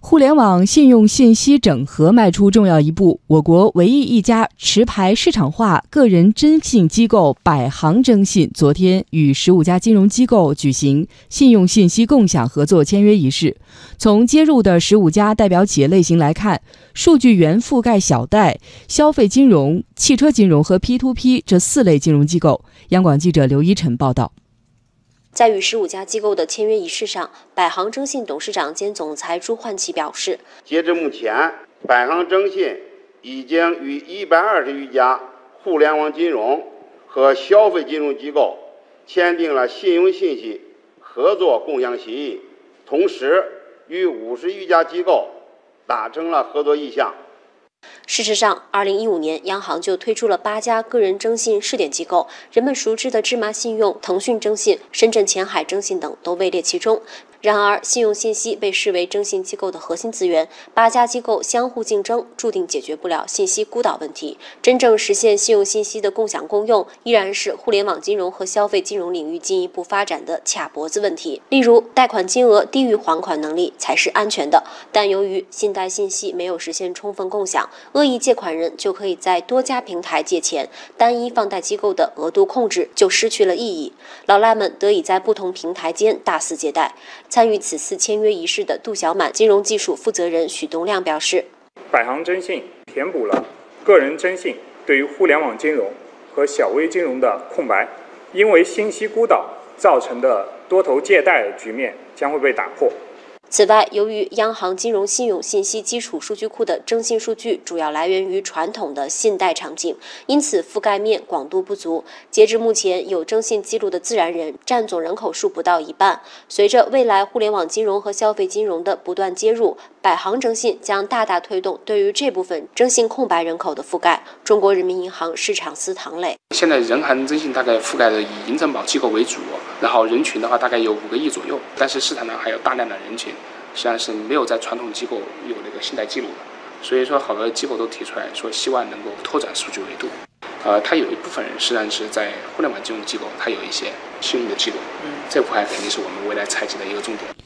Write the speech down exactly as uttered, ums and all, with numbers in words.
互联网信用信息整合迈出重要一步，我国唯一一家持牌市场化个人征信机构百行征信昨天与十五家金融机构举行信用信息共享合作签约仪式。从接入的十五家代表企业类型来看，数据源覆盖小贷、消费金融、汽车金融和 P to P 这四类金融机构。央广记者刘一晨报道。 在与十五家机构的签约仪式上，百行征信董事长兼总裁朱焕奇表示， 截至目前，百行征信已经与一百二十余家互联网金融和消费金融机构签订了信用信息合作共享协议，同时与五十余家机构达成了合作意向。 事实上，二零一五年央行就推出了八家个人征信试点机构，人们熟知的芝麻信用、腾讯征信、深圳前海征信等都位列其中。然而，信用信息被视为征信机构的核心资源，八家机构相互竞争，注定解决不了信息孤岛问题。真正实现信用信息的共享共用，依然是互联网金融和消费金融领域进一步发展的卡脖子问题。例如，贷款金额低于还款能力才是安全的，但由于信贷信息没有实现充分共享，恶意借款人就可以在多家平台借钱，单一放贷机构的额度控制就失去了意义，老赖们得以在不同平台间大肆借贷。参与此次签约仪式的杜小满金融技术负责人许东亮表示， 百行征信填补了个人征信对于互联网金融和小微金融的空白，因为信息孤岛造成的多头借贷局面将会被打破。 此外，由于央行金融信用信息基础数据库的征信数据主要来源于传统的信贷场景，因此覆盖面广度不足。截至目前，有征信记录的自然人占总人口数不到一半。随着未来互联网金融和消费金融的不断接入，百行征信将大大推动对于这部分征信空白人口的覆盖。中国人民银行市场司唐磊， 现在人行征信大概覆盖的以银证保机构为主，然后人群的话大概有五个亿左右，但是市场上还有大量的人群实际上是没有在传统机构有那个信贷记录的，所以说好多机构都提出来说希望能够拓展数据维度。呃，它有一部分人实际上是在互联网金融机构，它有一些信用的记录，这块肯定是我们未来采集的一个重点。